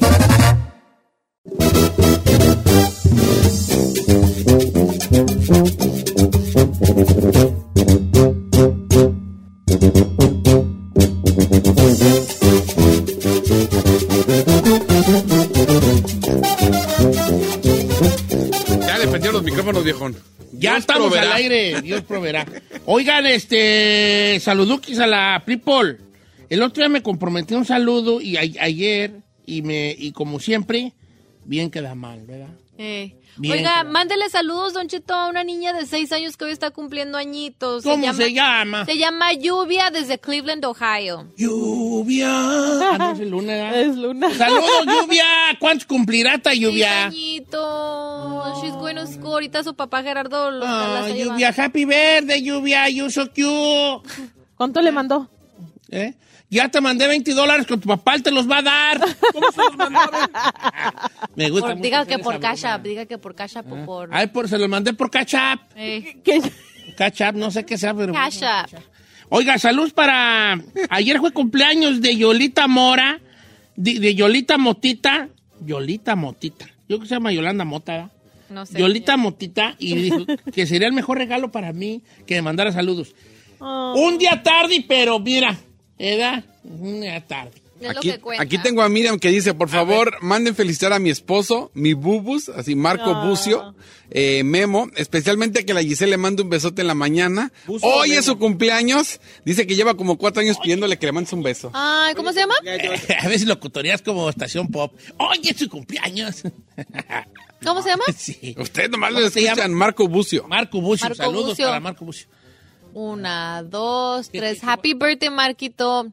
Ya le prendieron los micrófonos, viejón. Ya Dios estamos proveerá. Al aire, Dios proveerá. Oigan, saluduquis a la people. El otro día me comprometí un saludo y ayer, y como siempre, bien queda mal, ¿verdad? Oiga, mándele saludos, Don Cheto, a una niña de 6 años que hoy está cumpliendo añitos. ¿Cómo se llama? Se llama Lluvia, desde Cleveland, Ohio. Lluvia. No es Luna, ¿verdad? Es Luna. Saludos, Lluvia. ¿Cuántos cumplirá esta Lluvia? 6 añitos. She's going to school. Ahorita su papá Gerardo la está Lluvia, llevando. happy birthday, Lluvia. You so cute. ¿Cuánto le mandó? Ya te mandé $20 con tu papá, él te los va a dar. ¿Cómo se los mandó? Me gusta mucho. Diga que por Cash App, o por... Ay, se los mandé por Cash App. ¿Qué? Cash App, no sé qué sea, pero... Cash App. Oiga, saludos para... Ayer fue cumpleaños de Yolita Mora, de Yolita Motita. Yolita Motita. Yo creo que se llama Yolanda Mota, ¿verdad? No sé. Yolita Motita, y dijo que sería el mejor regalo para mí que me mandara saludos. Un día tarde, pero mira... ¿Edad? Una tarde. Aquí tengo a Miriam que dice, por favor, manden felicitar a mi esposo, mi Bubus, así Marco Bucio, Memo, especialmente que la Giselle le mande un besote en la mañana. Bucio, hoy Memo. Es su cumpleaños, dice que lleva como 4 años pidiéndole que le mandes un beso. Ay, ¿cómo se llama? A veces locutorías como estación pop. Hoy es su cumpleaños. ¿Cómo se llama? Sí. Ustedes nomás lo escuchan, Marco Bucio. Marco Bucio, Marco saludos Bucio. para Marco Bucio. 1, 2, 3. Happy birthday, Marquito.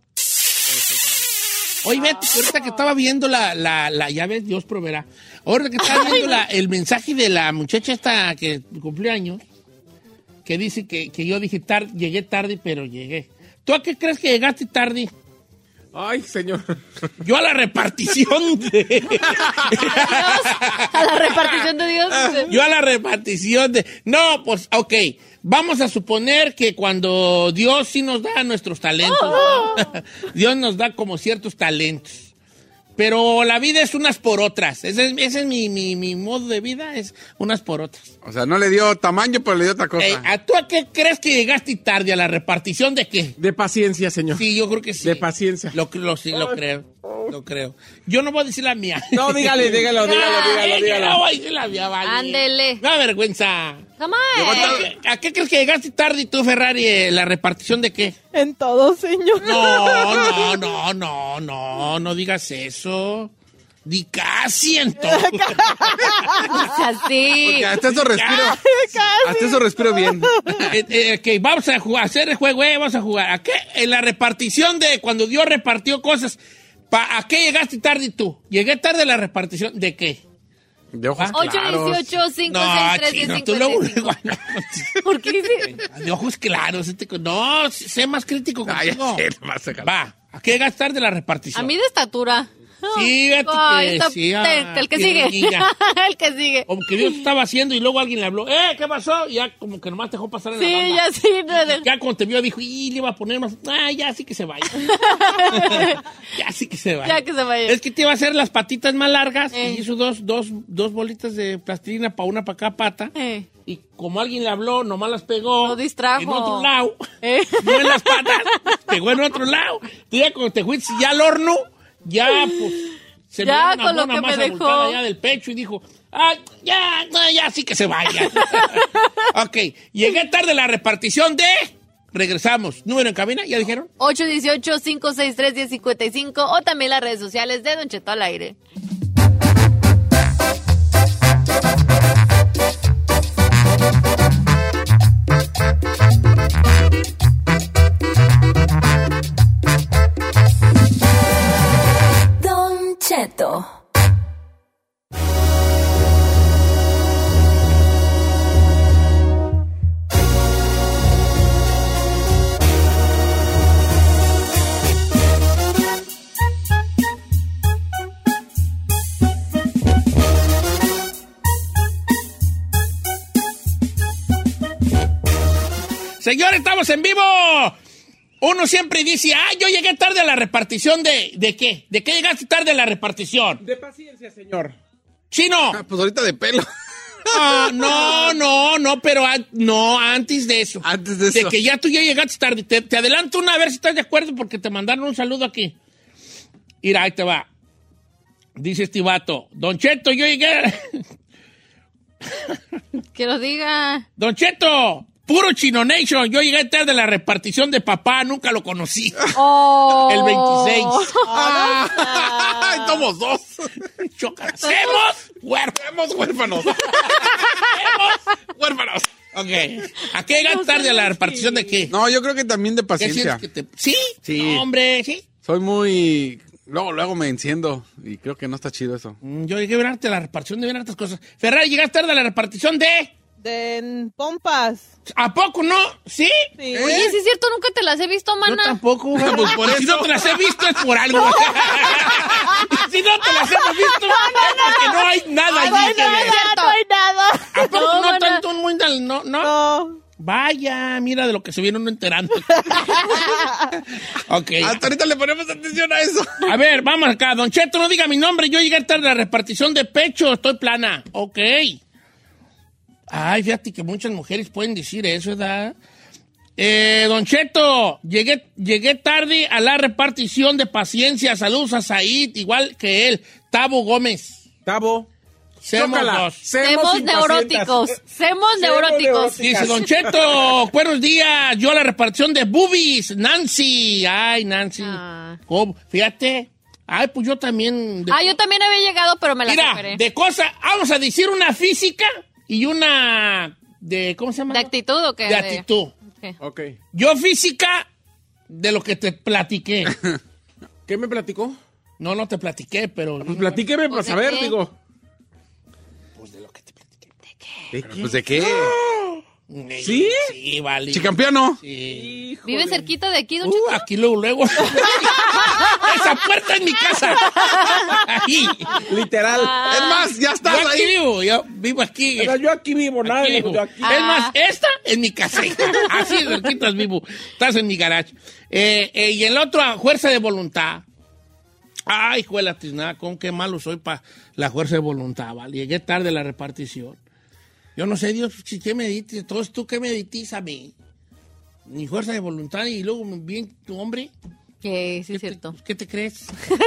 Oye, Betty, ahorita que estaba viendo ya ves, Dios proveerá. Ahorita que estaba viendo el mensaje de la muchacha esta que cumplió años, que dice que yo dije llegué tarde, pero llegué. ¿Tú a qué crees que llegaste tarde? Ay, señor. Yo a la repartición de... Dios, a la repartición de Dios. Yo a la repartición de... No, pues, ok. Vamos a suponer que cuando Dios sí nos da nuestros talentos, ¿no? Dios nos da como ciertos talentos. Pero la vida es unas por otras. Ese es mi modo de vida, es unas por otras. O sea, no le dio tamaño, pero le dio otra cosa. ¿Tú a qué crees que llegaste tarde? ¿A la repartición de qué? De paciencia, señor. Sí, yo creo que sí. De paciencia. Sí, lo creo. No creo. Yo no voy a decir la mía. No, dígalo. No voy a decir la mía, vale. Ándele. No da vergüenza. Come on. ¿A qué crees que llegaste tarde tú, Ferrari? ¿La repartición de qué? En todo, señor. No digas eso. Di casi en todo. Así. Porque hasta eso respiro bien. Ok, vamos a jugar, hacer el juego, vamos a jugar. ¿A qué? En la repartición de cuando Dios repartió cosas, ¿a qué llegaste tarde tú? Llegué tarde a la repartición de qué. De ojos claros. 818-563-1055. Tú luego. ¿Por qué dice? De ojos claros. No, sé más crítico contigo. Va, ¿a qué llegaste tarde a la repartición? A mí de estatura. Sí, el que sigue. El que sigue. Como que Dios estaba haciendo y luego alguien le habló. ¿Qué pasó? Y ya como que nomás te dejó pasar en la banda. Sí, ya sí. Ya cuando te vio dijo, le iba a poner más. Ya sí que se vaya. Ya sí que se vaya. Ya que se vaya. Es que te iba a hacer las patitas más largas y hizo dos bolitas de plastilina para una para cada pata. Y como alguien le habló, nomás las pegó. Lo distrajo. En otro lado. No en las patas. Pegó en otro lado. Tú ya cuando te fuiste ya al horno. Ya, pues, se ya me dio una mona más abultada ya del pecho y dijo, ya sí que se vaya. Ok, llegué tarde a la repartición de... Regresamos. ¿Número en cabina? ¿Ya dijeron? 818-563-1055 o también las redes sociales de Don Cheto al aire. Cheto. Señores, estamos en vivo. Uno siempre dice, yo llegué tarde a la repartición ¿de qué? ¿De qué llegaste tarde a la repartición? De paciencia, señor. ¡Chino! Pues ahorita de pelo. No, pero antes de eso. Antes de eso. De que ya tú ya llegaste tarde. Te adelanto una a ver si estás de acuerdo porque te mandaron un saludo aquí. Mira, ahí te va. Dice este vato, Don Cheto, yo llegué... Que lo diga. Don Cheto... Puro Chino Nation, yo llegué tarde a la repartición de papá, nunca lo conocí. El 26. Somos dos. ¡Semos huérfanos! ¡Huérfanos! Ok. ¿A qué llegaste tarde a la repartición de qué? No, yo creo que también de paciencia. ¿Sí? Sí. No, hombre, sí. Soy muy... Luego me enciendo y creo que no está chido eso. Yo llegué tarde a la repartición de bien hartas cosas. Ferrari, ¿llegaste tarde a la repartición de...? De pompas. ¿A poco no? ¿Sí? Sí. Oye, sí es cierto, nunca te las he visto, mana. Yo tampoco. Pues por eso. Si no te las he visto es por algo. Si no te las hemos visto es porque no hay nada allí. No hay nada. ¿A poco no mana. tanto muy... No. Vaya, mira de lo que se viene uno enterando. Ok. Hasta ahorita le ponemos atención a eso. A ver, vamos acá. Don Cheto, no diga mi nombre. Yo llegué tarde a la repartición de pecho. Estoy plana. Ok. Ay, fíjate que muchas mujeres pueden decir eso, ¿verdad? Don Cheto, llegué tarde a la repartición de paciencia. Saludos a Said, igual que él. Tabo Gómez. Tabo. Semos dos. Semos neuróticos. Semos neuróticos. Dice Don Cheto, buenos días. Yo a la repartición de boobies. Nancy. Ay, Nancy. ¿Cómo? Fíjate. Ay, pues yo también. Yo también había llegado, pero me la superé. Mira, de cosa, vamos a decir una física y una de, ¿cómo se llama? ¿De actitud o qué? De actitud. Ok. Yo física de lo que te platiqué. ¿Qué me platicó? No te platiqué, pero... Pues platíqueme para saber, digo. Pues de lo que te platiqué. ¿De qué? ¿Pues de qué? ¿Sí? Sí, vale. ¿Chicampiano? Sí. ¿Vive cerquita de aquí, Don Cheto? Aquí luego. Esa puerta es mi casa. Ahí. Literal. Es más, ya estás Yo aquí ahí. vivo, yo vivo aquí. O sea, yo aquí vivo, nada. Aquí vivo. Yo aquí. Es más, esta es mi casa. Así de cerquitas vivo. Estás en mi garage. Y el otro, a fuerza de voluntad. Ay, juela tiznada, con qué malo soy para la fuerza de voluntad, ¿vale? Llegué tarde a la repartición. Yo no sé, Dios, si qué me dices, tú qué me dices a mí. Ni fuerza de voluntad y luego bien tu hombre. Sí, es cierto. ¿Qué te crees?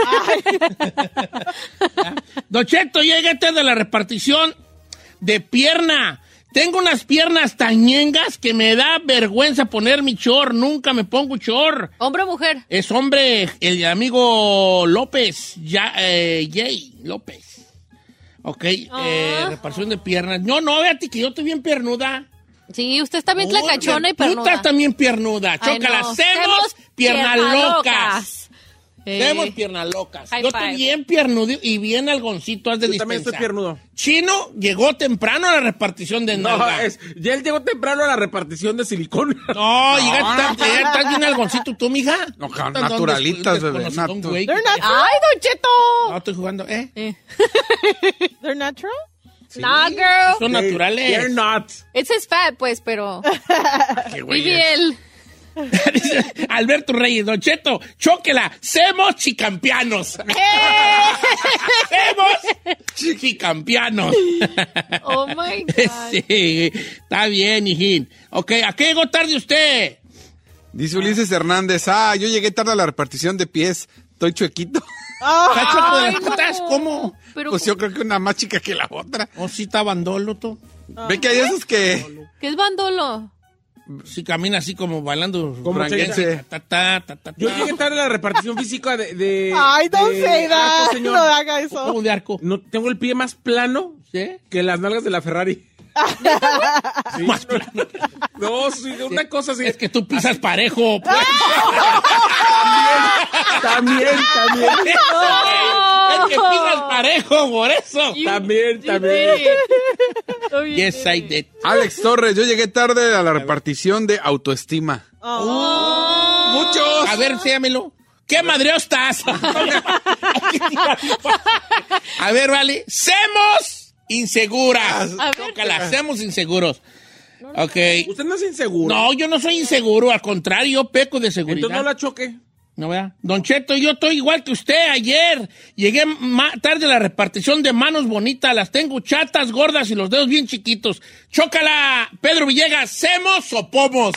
Don Cheto, llegué de la repartición de pierna. Tengo unas piernas tañengas que me da vergüenza poner mi short. Nunca me pongo short. ¿Hombre o mujer? Es hombre, el amigo López, Jay López. Ok, repartición de piernas. No, véate que yo estoy bien piernuda. Sí, usted está bien tlacachona y Tú pernuda. estás también piernuda. Chócala, no. hacemos piernas locas. Sí. Hacemos piernas locas. High Yo five. estoy bien piernudo y bien algoncito. Has de Yo también estoy dispensar. piernudo. Chino llegó temprano a la repartición de No, nalga. ya él llegó temprano a la repartición de silicón. No, estás bien algoncito tú, mija. No, naturalitas, bebé. They're natural. ¡Ay, Don Cheto! No, estoy jugando, They're natural. Nah, girl. Son naturales. They're not. It's his fat, pues, pero... Qué Y güey. bien. Alberto Reyes, Don Cheto, chóquela, semos chicampianos. Semos chicampianos. Oh, my God. Sí, está bien, hijín. Ok, ¿a qué llegó tarde usted? Dice Ulises Hernández, yo llegué tarde a la repartición de pies. Estoy chuequito. ¿Está chueco de las Ay, no. patas? ¿Cómo? Pero, Pues yo creo que una más chica que la otra. ¿O sí está bandolo, tú? Ve que hay esos que... ¿qué es bandolo? Sí camina así como bailando. Como franguense. Ta. Yo llegué tarde a la repartición física de Ay, don't de say arco, that. señor. No haga eso. ¿Cómo de arco? No, tengo el pie más plano ¿Sí? que las nalgas de la Ferrari. Sí. Más plano. No, sí, una cosa así. Es que tú pisas parejo. Pues. También. Es que pisas parejo, por eso. También. Yes, I did. Alex Torres, yo llegué tarde a la repartición de autoestima. Muchos. A ver, enséñamelo. ¿Qué madreo estás? A ver, vale. ¡Semos inseguras! Chócala, semos inseguros. Ok. Usted no es inseguro. No, yo no soy inseguro. Al contrario, yo peco de seguridad. Entonces no la choque. ¿No vea? Don Cheto, yo estoy igual que usted ayer. Llegué tarde a la repartición de manos bonitas. Las tengo chatas, gordas y los dedos bien chiquitos. ¡Chócala! Pedro Villegas, ¿semos o pomos?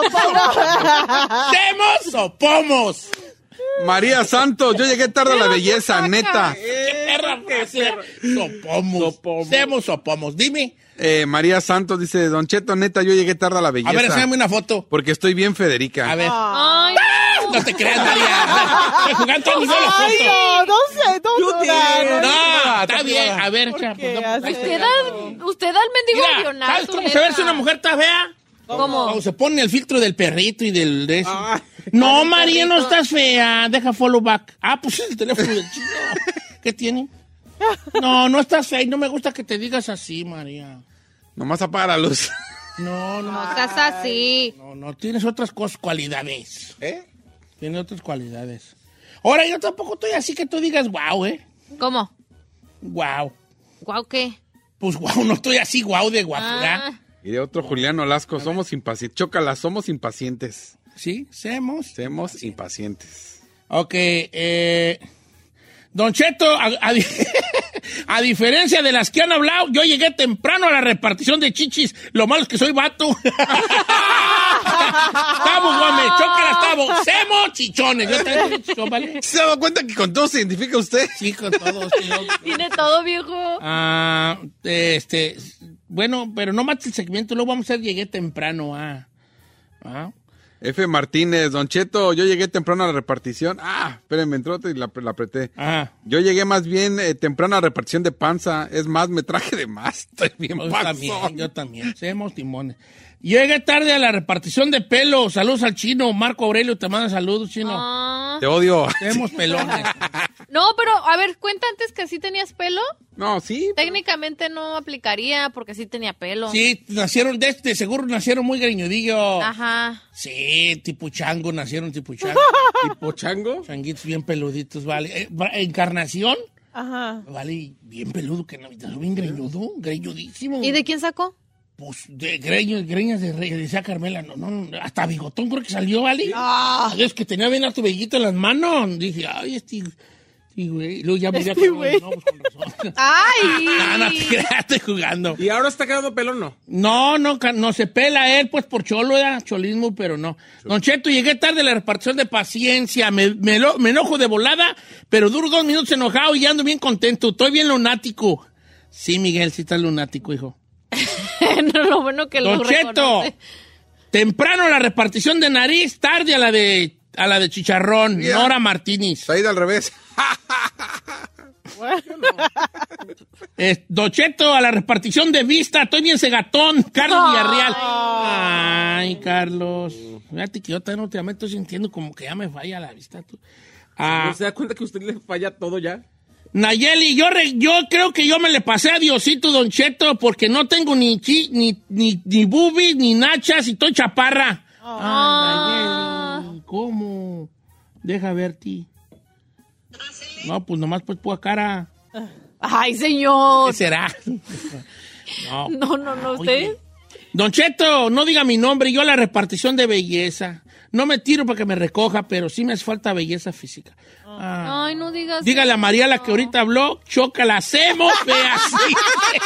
¿Semos o pomos? María Santos, yo llegué tarde a la belleza, neta. ¡Qué perra frase! Sopomos. ¿Semos o pomos? Dime. María Santos dice, Don Cheto, neta, yo llegué tarde a la belleza. A ver, enséñame una foto. Porque estoy bien Federica. A ver. Ay, No te creas, María. Estoy jugando a nivel Ay, foto. no, don't say, don't do that. No, está bien. A ver, cha, qué pues, hace ahí usted está. da el mendigo Mira, avionazo, ¿sabes cómo se neta. ve si una mujer está fea? ¿Cómo? Cuando se pone el filtro del perrito y del de eso. No, María, no estás fea. Deja follow back. Pues es el teléfono del chino. ¿Qué tiene? No estás fea y no me gusta que te digas así, María. Nomás apaga la luz. No. No estás así. No, tienes otras cualidades. Tienes otras cualidades. Ahora, yo tampoco estoy así que tú digas wow, ¿Cómo? Wow. ¿Guau qué? Pues wow, no estoy así wow de guapura. Y de otro Julián Olasco, somos impacientes. Chócala, somos impacientes. Sí, semos. Somos impacientes. Ok, Don Cheto, a diferencia de las que han hablado, yo llegué temprano a la repartición de chichis. Lo malo es que soy vato. Estamos, Gómez, chócala, estamos. Semos chichones. Yo también chichón, ¿vale? ¿Se ha dado cuenta que con todo se identifica usted? Sí, con todos. Tiene todo, viejo. Bueno, pero no mate el segmento. Luego vamos a hacer llegué temprano. F. Martínez, Don Cheto, yo llegué temprano a la repartición. Espérenme, entró y la apreté. Yo llegué más bien temprano a la repartición de panza. Es más, me traje de más. Estoy bien panzón. Yo también. Seamos timones. Llegué tarde a la repartición de pelo. Saludos al chino. Marco Aurelio te manda saludos, chino. Te odio. Tenemos pelones. No, pero a ver, cuenta antes que sí tenías pelo. No, sí. Técnicamente no aplicaría porque sí tenía pelo. Sí, nacieron, de seguro nacieron muy greñudillos. Ajá. Sí, tipo chango, nacieron tipo chango. ¿Tipo chango? Changuitos bien peluditos, vale. Encarnación, Ajá. vale, bien peludo, que no, bien greñudo, greñudísimo. ¿Y de quién sacó? Pues de greñas de decía Carmela, no, hasta bigotón creo que salió, ¿vale? Es que tenía bien harto vellito en las manos. Dije, ay, Sí, güey. Luego ya me Este no, güey. pues con razón. ¡Ay! No te creas, estoy jugando. ¿Y ahora está quedando pelón, no? No se pela él, pues por cholo, era cholismo, pero no. Don Cheto, llegué tarde a la repartición de paciencia. Me enojo de volada, pero duro 2 minutos enojado y ya ando bien contento. Estoy bien lunático. Sí, Miguel, sí estás lunático, hijo. No, lo bueno que Don lo Cheto, reconoce. temprano la repartición de nariz, tarde a la de chicharrón. Mira. Nora Martínez. Está ahí al revés. Don Cheto, a la repartición de vista, estoy bien cegatón. Carlos Villarreal. Ay, Carlos. Fíjate que yo también últimamente estoy sintiendo como que ya me falla la vista. Tú. ¿No se da cuenta que a usted le falla todo ya? Nayeli, yo creo que yo me le pasé a Diosito, Don Cheto, porque no tengo ni boobies, ni nachas y estoy chaparra. Ay, Nayeli, ¿cómo? Deja verte. No, pues nomás pues pura cara. Ay, señor. ¿Qué será? No, usted. Don Cheto, no diga mi nombre, yo a la repartición de belleza. No me tiro para que me recoja, pero sí me hace falta belleza física. Ay, no digas. Dígale a María, la que ahorita habló, choca, la hacemos, vea así.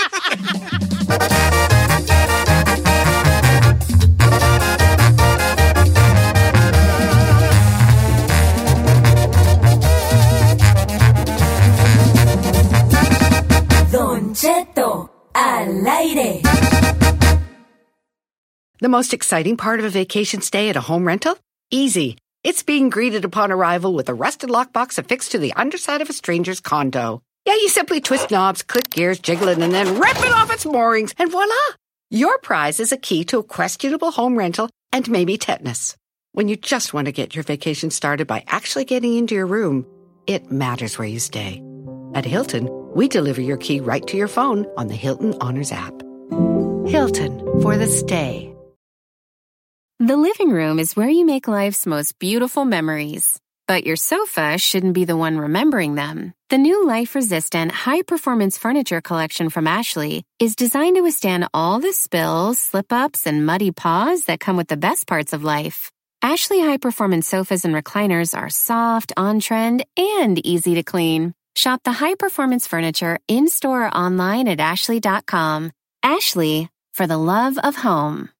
Don Cheto al aire. The most exciting part of a vacation stay at a home rental? Easy. It's being greeted upon arrival with a rusted lockbox affixed to the underside of a stranger's condo. Yeah, you simply twist knobs, click gears, jiggle it, and then rip it off its moorings, and voila! Your prize is a key to a questionable home rental and maybe tetanus. When you just want to get your vacation started by actually getting into your room, it matters where you stay. At Hilton, we deliver your key right to your phone on the Hilton Honors app. Hilton, for the stay. The living room is where you make life's most beautiful memories. But your sofa shouldn't be the one remembering them. The new life-resistant, high-performance furniture collection from Ashley is designed to withstand all the spills, slip-ups, and muddy paws that come with the best parts of life. Ashley high-performance sofas and recliners are soft, on-trend, and easy to clean. Shop the high-performance furniture in-store or online at ashley.com. Ashley, for the love of home.